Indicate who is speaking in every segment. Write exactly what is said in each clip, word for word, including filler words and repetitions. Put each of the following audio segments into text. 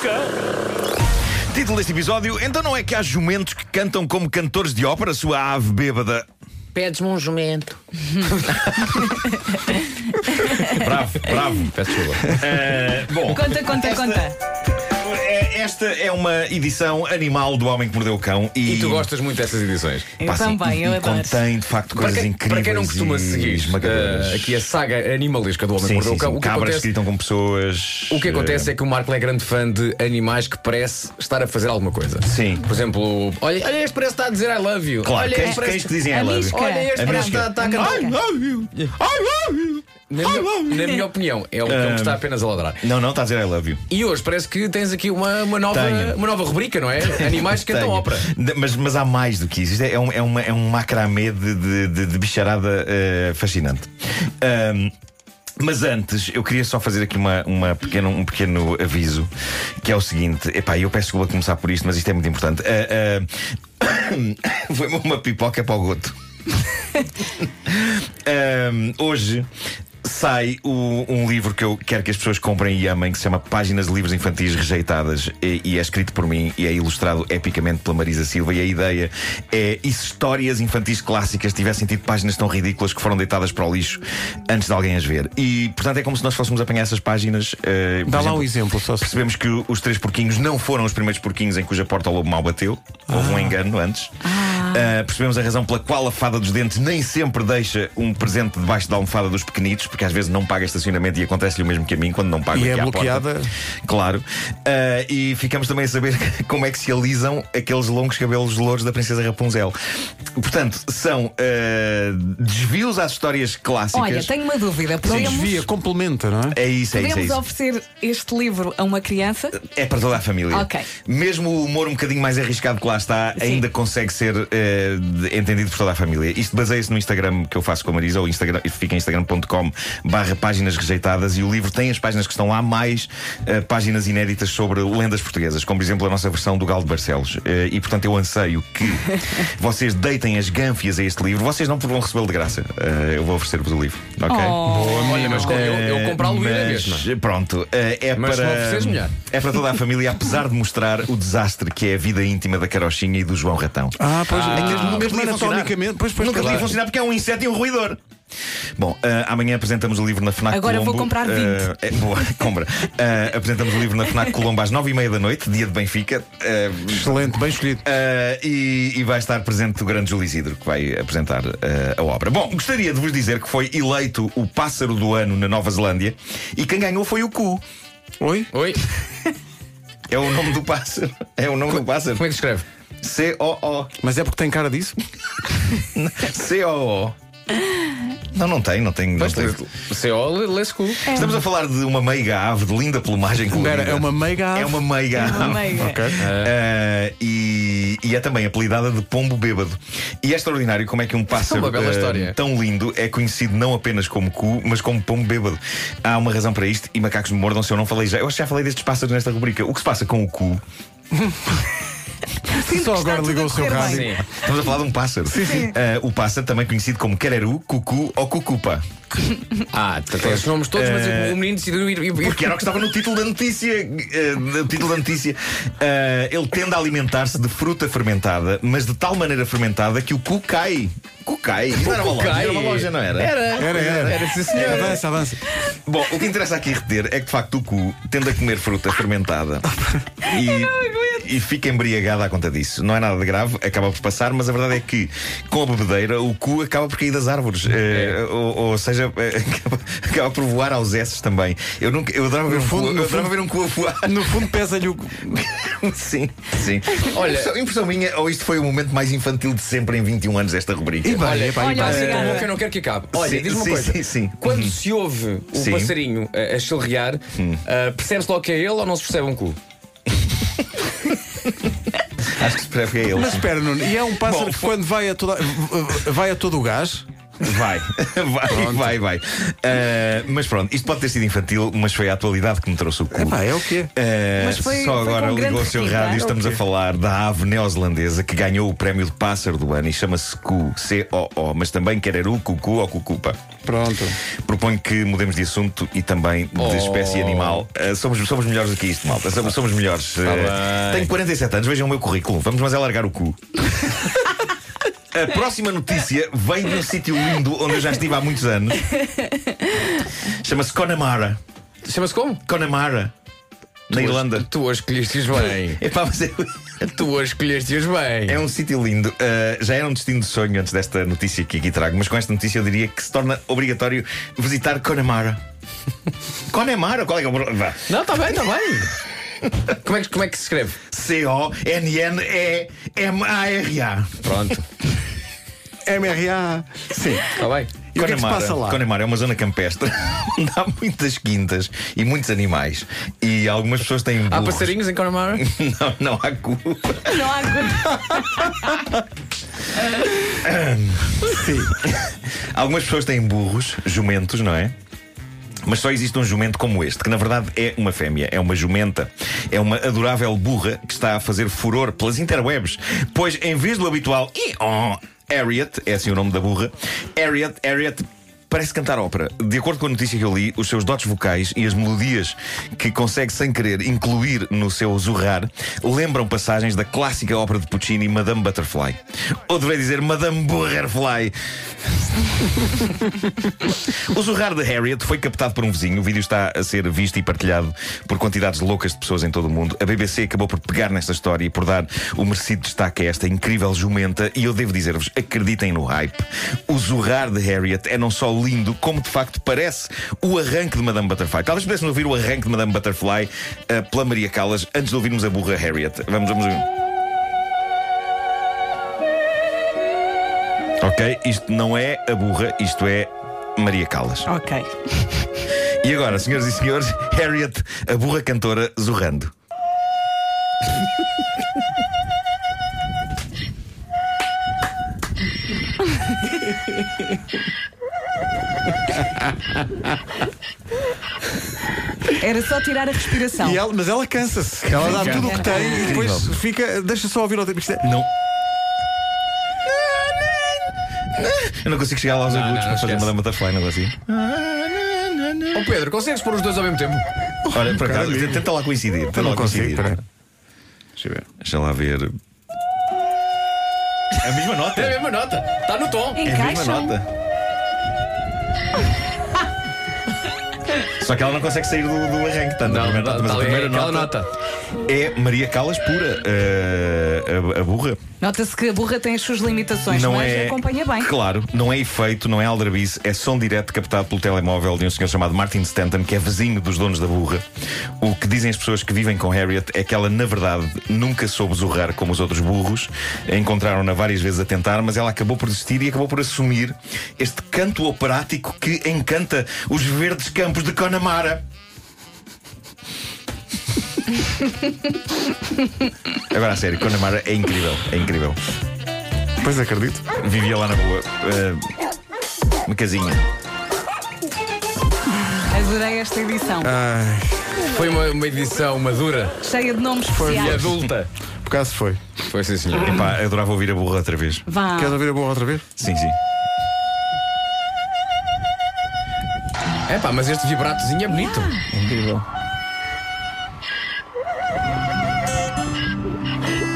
Speaker 1: cão.
Speaker 2: Título deste episódio: então não é que há jumentos que cantam como cantores de ópera, sua ave bêbada?
Speaker 3: Pedes-me um jumento.
Speaker 2: Bravo, bravo.
Speaker 1: Peço desculpa.
Speaker 2: Uh, bom,
Speaker 4: Conta, conta,
Speaker 2: esta,
Speaker 4: conta.
Speaker 2: Esta é uma edição animal do Homem que Mordeu o Cão. E,
Speaker 1: E tu gostas muito dessas edições?
Speaker 4: Eu
Speaker 2: pá, sim,
Speaker 4: também,
Speaker 2: e,
Speaker 4: eu
Speaker 2: e
Speaker 4: adoro.
Speaker 2: contém de facto
Speaker 1: Para
Speaker 2: coisas
Speaker 1: quem,
Speaker 2: incríveis.
Speaker 1: para quem não costuma
Speaker 2: e
Speaker 1: seguir
Speaker 2: esmagadoras.
Speaker 1: uh, aqui a saga animalesca do Homem que
Speaker 2: Sim,
Speaker 1: Mordeu
Speaker 2: sim,
Speaker 1: o Cão,
Speaker 2: sim.
Speaker 1: o que
Speaker 2: Cabras
Speaker 1: acontece,
Speaker 2: que gritam com pessoas.
Speaker 1: o que acontece é que o Marco é grande fã de animais que parece estar a fazer alguma coisa.
Speaker 2: Sim.
Speaker 1: Por exemplo, olha, olha este parece estar a dizer I love you.
Speaker 2: Claro,
Speaker 1: olha
Speaker 2: cães,
Speaker 1: este parece...
Speaker 2: cães que dizem I
Speaker 4: A
Speaker 2: love you.
Speaker 4: misca.
Speaker 1: Olha este
Speaker 2: A
Speaker 1: parece
Speaker 2: misca.
Speaker 1: estar está a cantar.
Speaker 2: I love you. I love you.
Speaker 1: Na minha, na minha opinião, é o cão que está apenas a ladrar.
Speaker 2: Não, não, está a dizer I love you.
Speaker 1: E hoje parece que tens aqui uma, uma, nova,
Speaker 2: Tenho.
Speaker 1: uma nova rubrica, não é? Animais que cantam
Speaker 2: Tenho.
Speaker 1: ópera.
Speaker 2: De- Mas, mas há mais do que isso. Isto é, é um, é uma, é um macramê de, de, de, de bicharada eh, fascinante. Ahm, Mas antes, eu queria só fazer aqui uma, uma pequeno, um pequeno aviso, que é o seguinte. Epá, eu peço desculpa começar por isto, mas isto é muito importante. Ah, ah, Foi-me uma pipoca para o goto. Ahm, hoje sai o- um livro que eu quero que as pessoas comprem e amem, que se chama Páginas de Livros Infantis Rejeitadas, e, e é escrito por mim e é ilustrado epicamente pela Marisa Silva. E a ideia é: e se histórias infantis clássicas tivessem tido páginas tão ridículas que foram deitadas para o lixo antes de alguém as ver? E portanto é como se nós fôssemos apanhar essas páginas. eh, por
Speaker 5: Dá lá
Speaker 2: exemplo,
Speaker 5: um exemplo, só se...
Speaker 2: Percebemos que o- os três porquinhos não foram os primeiros porquinhos em cuja porta o lobo mal bateu. Houve um engano antes. Uh, percebemos a razão pela qual a fada dos dentes nem sempre deixa um presente debaixo da almofada dos pequenitos, porque às vezes não paga estacionamento e acontece-lhe o mesmo que a mim quando não paga
Speaker 5: E
Speaker 2: aqui
Speaker 5: é
Speaker 2: à
Speaker 5: bloqueada.
Speaker 2: porta. Claro. Uh, e ficamos também a saber como é que se alisam aqueles longos cabelos louros da Princesa Rapunzel. Portanto, são uh, desvios às histórias clássicas.
Speaker 4: Olha, tenho uma dúvida.
Speaker 5: Não
Speaker 4: Podemos,
Speaker 5: desvia, complementa, não é?
Speaker 2: É isso, é isso, é
Speaker 4: podemos
Speaker 2: isso.
Speaker 4: oferecer este livro a uma criança?
Speaker 2: É para toda a família.
Speaker 4: Ok.
Speaker 2: Mesmo o humor um bocadinho mais arriscado que lá está,
Speaker 4: Sim.
Speaker 2: ainda consegue ser eh, de- entendido por toda a família. Isto baseia-se no Instagram que eu faço com a Marisa, ou Instagram, fica em instagram ponto com barra páginas rejeitadas, e o livro tem as páginas que estão lá, mais eh, páginas inéditas sobre lendas portuguesas, como por exemplo a nossa versão do Galo de Barcelos. Eh, e portanto eu anseio que vocês deitem as gânfias a este livro. Vocês não vão recebê-lo de graça. Eh, eu vou oferecer-vos o livro. Ok?
Speaker 4: Oh.
Speaker 1: Olha, mas eu, eu comprá-lo ia na
Speaker 2: Mas,
Speaker 1: mesma.
Speaker 2: pronto, eh, é
Speaker 1: Mas se me
Speaker 2: para
Speaker 1: ofereceres, melhor.
Speaker 2: é para toda a família, apesar de mostrar o desastre que é a vida íntima da Carochinha e do João Ratão.
Speaker 5: Ah, pois,
Speaker 1: Ah,
Speaker 5: mesmo,
Speaker 2: nunca
Speaker 5: mesmo
Speaker 2: podia
Speaker 5: anatomicamente. Pois, pois,
Speaker 2: Nunca
Speaker 5: claro.
Speaker 2: podia funcionar porque é um inseto e um ruidor. Bom, ah, amanhã apresentamos o livro na FNAC
Speaker 4: Agora
Speaker 2: Colombo.
Speaker 4: vou comprar vinte.
Speaker 2: Ah, é, boa, compra. Ah, apresentamos o livro na FNAC Colombo às nove e meia da noite, dia de Benfica. Ah,
Speaker 5: Excelente, bem escolhido.
Speaker 2: ah, e, e vai estar presente o grande Júlio Isidro, que vai apresentar ah, a obra. Bom, gostaria de vos dizer que foi eleito o pássaro do ano na Nova Zelândia e quem ganhou foi o Cu.
Speaker 5: Oi?
Speaker 1: Oi?
Speaker 2: É o nome do pássaro. É o nome do pássaro.
Speaker 1: Como é que se escreve?
Speaker 2: C O O.
Speaker 5: Mas é porque tem cara disso?
Speaker 2: C O O. Não, não tem, não tem. Não
Speaker 1: Pois,
Speaker 2: tem.
Speaker 1: C O lê-se cu.
Speaker 2: Estamos a falar de uma meiga ave de linda plumagem colorida.
Speaker 5: Espera, é uma meiga ave?
Speaker 2: É uma meiga
Speaker 4: Uma
Speaker 2: ave.
Speaker 4: meiga.
Speaker 5: Ok.
Speaker 2: Ah, e, e é também apelidada de pombo bêbado. E é extraordinário como é que um pássaro
Speaker 1: uma bela
Speaker 2: ah,
Speaker 1: história.
Speaker 2: tão lindo é conhecido não apenas como cu, mas como pombo bêbado. Há uma razão para isto, e macacos me mordam se eu não falei já. Eu acho que já falei destes pássaros nesta rubrica. O que se passa com o cu?
Speaker 5: Só
Speaker 4: que
Speaker 5: agora
Speaker 4: está
Speaker 5: ligou o
Speaker 4: tudo a
Speaker 5: seu
Speaker 4: correr
Speaker 5: rádio.
Speaker 4: bem.
Speaker 1: Sim.
Speaker 2: Estamos a falar de um pássaro. Ah, o pássaro também conhecido como quereru, cucu ou cucupa.
Speaker 1: Ah, tem esses nomes todos, mas
Speaker 2: Eh,
Speaker 1: o menino decidiu ir. ir-
Speaker 2: Porque era o que estava no título da notícia. eh, no título da notícia. Eh, ele tende a alimentar-se de fruta fermentada, mas de tal maneira fermentada que o cu cai. O cu cai. Isso não era uma
Speaker 1: cu
Speaker 2: loja,
Speaker 1: cai.
Speaker 2: era uma loja, não era?
Speaker 1: Era,
Speaker 5: Era, era.
Speaker 1: Era, sim, senhor.
Speaker 5: Avança, avança.
Speaker 2: Bom, o que interessa aqui reter é que de facto o cu tende a comer fruta fermentada e, e fica embriagado à conta disso. Não é nada de grave, acaba por passar, mas a verdade é que com a bebedeira o cu acaba por cair das árvores. Eh, ou, ou seja, eh, acaba, acaba por voar aos esses também. Eu, nunca, eu adorava ver um
Speaker 5: fundo-
Speaker 2: cu,
Speaker 5: no
Speaker 2: eu adorava
Speaker 5: fundo-
Speaker 2: ver um cu a voar.
Speaker 5: No fundo, pesa-lhe o.
Speaker 2: Sim, sim.
Speaker 1: Olha-
Speaker 2: impressão, impressão minha, ou isto foi o momento mais infantil de sempre em vinte e um anos desta rubrica.
Speaker 5: E bem,
Speaker 1: Olha,
Speaker 5: epá,
Speaker 4: olha,
Speaker 5: e bem.
Speaker 4: obrigada.
Speaker 1: Tão bom que eu não quero que acabe. Olha,
Speaker 2: Sim,
Speaker 1: diz-me uma
Speaker 2: sim,
Speaker 1: coisa.
Speaker 2: sim, sim.
Speaker 1: Quando
Speaker 2: Uhum.
Speaker 1: se ouve o
Speaker 2: Sim.
Speaker 1: passarinho a, a chilrear, ah, percebe-se logo que é ele ou não se percebe um cu?
Speaker 2: Acho que se prefere que é ele.
Speaker 5: Mas
Speaker 2: sim.
Speaker 5: espera, Nuno, e é um pássaro
Speaker 2: Bom,
Speaker 5: que quando vai a, toda, vai a todo o gás?
Speaker 2: Vai, vai, vai, vai. Uh, mas pronto, isto pode ter sido infantil, mas foi a atualidade que me trouxe o cu.
Speaker 5: Epá, é o quê?
Speaker 2: Uh,
Speaker 4: Mas foi-
Speaker 2: só
Speaker 4: foi
Speaker 2: agora
Speaker 4: com
Speaker 2: ligou
Speaker 4: grande
Speaker 2: o seu
Speaker 4: requinte,
Speaker 2: rádio.
Speaker 4: é?
Speaker 2: Estamos a
Speaker 5: Ok.
Speaker 2: falar da ave neozelandesa que ganhou o prémio de pássaro do ano e chama-se Cu, C O O, mas também quereru, cucu ou cucupa.
Speaker 5: Pronto.
Speaker 2: Proponho que mudemos de assunto e também de
Speaker 1: Oh.
Speaker 2: espécie animal. Uh, somos, somos melhores do que isto, malta. Somos, somos melhores. Uh,
Speaker 1: bem.
Speaker 2: tenho quarenta e sete anos, vejam o meu currículo. Vamos mas é largar o cu. A próxima notícia vem de um sítio lindo onde eu já estive há muitos anos. Chama-se Connemara.
Speaker 1: Chama-se como?
Speaker 2: Connemara. Na Irlanda.
Speaker 1: Tu a escolheste-os bem.
Speaker 2: Epá, mas é,
Speaker 1: Tu a escolheste-os bem.
Speaker 2: é um sítio lindo. Uh, já era um destino de sonho antes desta notícia que aqui trago, mas com esta notícia eu diria que se torna obrigatório visitar Connemara. Connemara? Qual é que é o problema? Vá.
Speaker 1: Não, está bem, está bem. Como é, que, como é que se escreve?
Speaker 2: C O N N E M A R A.
Speaker 1: Pronto,
Speaker 5: M R A. Sim.
Speaker 1: está bem.
Speaker 5: E o que é que se passa lá?
Speaker 2: Connemara é uma zona campestre onde há muitas quintas e muitos animais. E algumas pessoas têm burros.
Speaker 1: Há passarinhos em Connemara?
Speaker 2: Não, não há cu.
Speaker 4: Não há.
Speaker 2: Sim. Algumas pessoas têm burros, jumentos, não é? Mas só existe um jumento como este, que na verdade é uma fêmea, é uma jumenta. É uma adorável burra que está a fazer furor pelas interwebs. Pois em vez do habitual "Ih-oh", Harriet, é assim o nome da burra, Harriet, Harriet parece cantar ópera. De acordo com a notícia que eu li, os seus dotes vocais e as melodias que consegue sem querer incluir no seu zurrar lembram passagens da clássica ópera de Puccini, Madame Butterfly. Ou deveria dizer Madame Burrerfly. O zurrar de Harriet foi captado por um vizinho. O vídeo está a ser visto e partilhado por quantidades loucas de pessoas em todo o mundo. A B B C acabou por pegar nesta história e por dar o merecido destaque a esta incrível jumenta. E eu devo dizer-vos, acreditem no hype. O zurrar de Harriet é não só lindo, como de facto parece o arranque de Madame Butterfly. Talvez pudéssemos ouvir o arranque de Madame Butterfly uh, pela Maria Callas antes de ouvirmos a burra Harriet. Vamos, vamos ouvir. Ok, isto não é a burra, isto é Maria Callas.
Speaker 4: Ok.
Speaker 2: E agora, senhoras e senhores, Harriet, a burra cantora, zurrando.
Speaker 4: Era só tirar a respiração.
Speaker 5: E ela, mas ela cansa-se. Ela dá tudo o que tem e depois
Speaker 2: Incrível.
Speaker 5: fica. Deixa só ouvir outra. Isto é-
Speaker 2: Não. Eu não consigo chegar lá aos
Speaker 1: Não,
Speaker 2: agudos
Speaker 1: não,
Speaker 2: para fazer
Speaker 1: esquece.
Speaker 2: Madame Butterfly, não consigo.
Speaker 1: Ó Pedro, consegues pôr os dois ao mesmo tempo?
Speaker 2: Olha, por acaso,
Speaker 5: Caralho.
Speaker 2: tenta lá coincidir. Tenta
Speaker 5: Eu não
Speaker 2: lá
Speaker 5: consigo.
Speaker 2: coincidir.
Speaker 5: Peraí. Deixa eu ver.
Speaker 2: Deixa lá ver. É a mesma nota.
Speaker 1: É a mesma nota. Está no tom.
Speaker 2: É a mesma
Speaker 4: Encaixam.
Speaker 2: nota. Só que ela não consegue sair do, do arranque, tanto a
Speaker 1: Não,
Speaker 2: primeira
Speaker 1: está
Speaker 2: nota, mas a
Speaker 1: ali
Speaker 2: primeira
Speaker 1: aquela
Speaker 2: nota,
Speaker 1: nota.
Speaker 2: é Maria Callas pura, uh, a, a burra.
Speaker 4: Nota-se que a burra tem as suas limitações,
Speaker 2: Não
Speaker 4: mas
Speaker 2: é,
Speaker 4: acompanha bem.
Speaker 2: Claro, não é efeito, não é aldrabice, é som direto captado pelo telemóvel de um senhor chamado Martin Stanton, que é vizinho dos donos da burra. O que dizem as pessoas que vivem com Harriet é que ela, na verdade, nunca soube zurrar como os outros burros. Encontraram-na várias vezes a tentar, mas ela acabou por desistir e acabou por assumir este canto operático que encanta os verdes campos de Connemara. Agora a sério, Connemara é incrível, é incrível.
Speaker 5: Pois acredito.
Speaker 2: Vivia lá na boa. Uh, uma casinha.
Speaker 4: Adorei esta edição.
Speaker 5: Ai,
Speaker 1: Foi uma, uma edição madura
Speaker 4: Cheia de nomes
Speaker 1: e
Speaker 4: especiais.
Speaker 1: adulta.
Speaker 5: por acaso foi.
Speaker 1: Foi sim, senhor.
Speaker 2: Epá, adorava ouvir a burra outra vez.
Speaker 4: Vá.
Speaker 5: Queres ouvir a burra outra vez?
Speaker 2: Sim, sim.
Speaker 1: É pá, mas este vibratozinho é bonito.
Speaker 5: Incrível.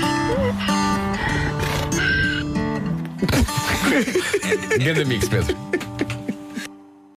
Speaker 1: Grande mix, Pedro.